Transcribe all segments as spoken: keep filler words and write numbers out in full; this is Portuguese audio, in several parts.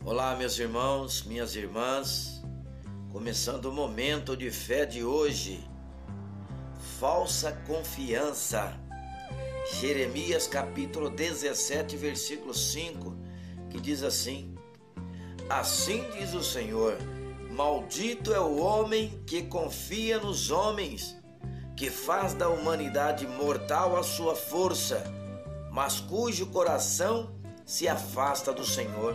Olá, meus irmãos, minhas irmãs, começando o momento de fé de hoje. Falsa confiança. Jeremias capítulo dezessete, versículo cinco, que diz assim: Assim diz o Senhor, maldito é o homem que confia nos homens, que faz da humanidade mortal a sua força, mas cujo coração se afasta do Senhor.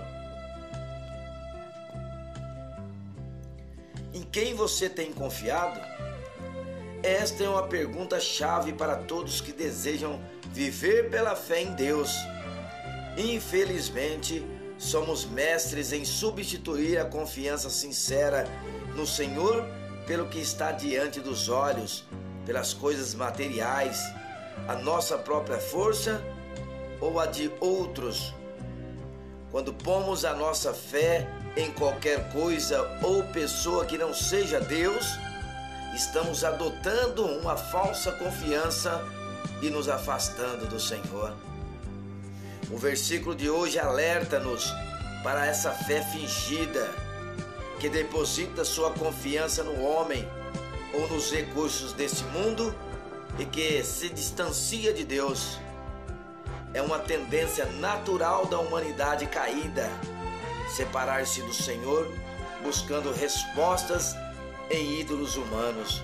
Em quem você tem confiado? Esta é uma pergunta-chave para todos que desejam viver pela fé em Deus. Infelizmente, somos mestres em substituir a confiança sincera no Senhor pelo que está diante dos olhos, pelas coisas materiais, a nossa própria força ou a de outros. Quando pomos a nossa fé em qualquer coisa ou pessoa que não seja Deus, estamos adotando uma falsa confiança e nos afastando do Senhor. O versículo de hoje alerta-nos para essa fé fingida, que deposita sua confiança no homem ou nos recursos desse mundo e que se distancia de Deus. É uma tendência natural da humanidade caída, separar-se do Senhor, buscando respostas em ídolos humanos.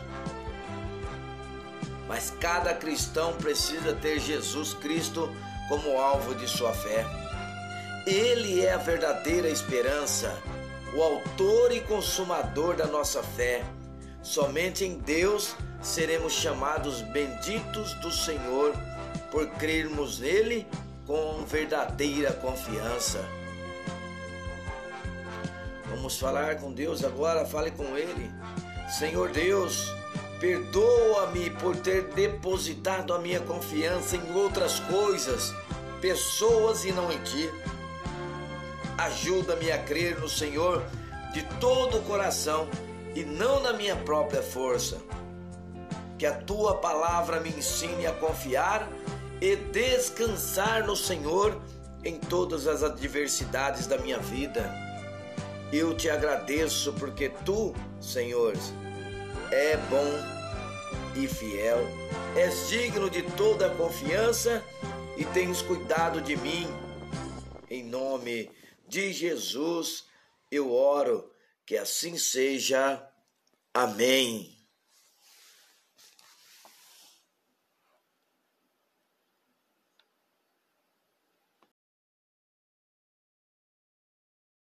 Mas cada cristão precisa ter Jesus Cristo como alvo de sua fé. Ele é a verdadeira esperança, o autor e consumador da nossa fé. Somente em Deus seremos chamados benditos do Senhor, por crermos nele com verdadeira confiança. Vamos falar com Deus agora, fale com Ele. Senhor Deus, perdoa-me por ter depositado a minha confiança em outras coisas, pessoas e não em Ti. Ajuda-me a crer no Senhor de todo o coração e não na minha própria força. Que a Tua palavra me ensine a confiar e descansar no Senhor em todas as adversidades da minha vida. Eu te agradeço porque Tu, Senhor, é bom e fiel, és digno de toda a confiança e tens cuidado de mim. Em nome de Jesus eu oro, que assim seja. Amém.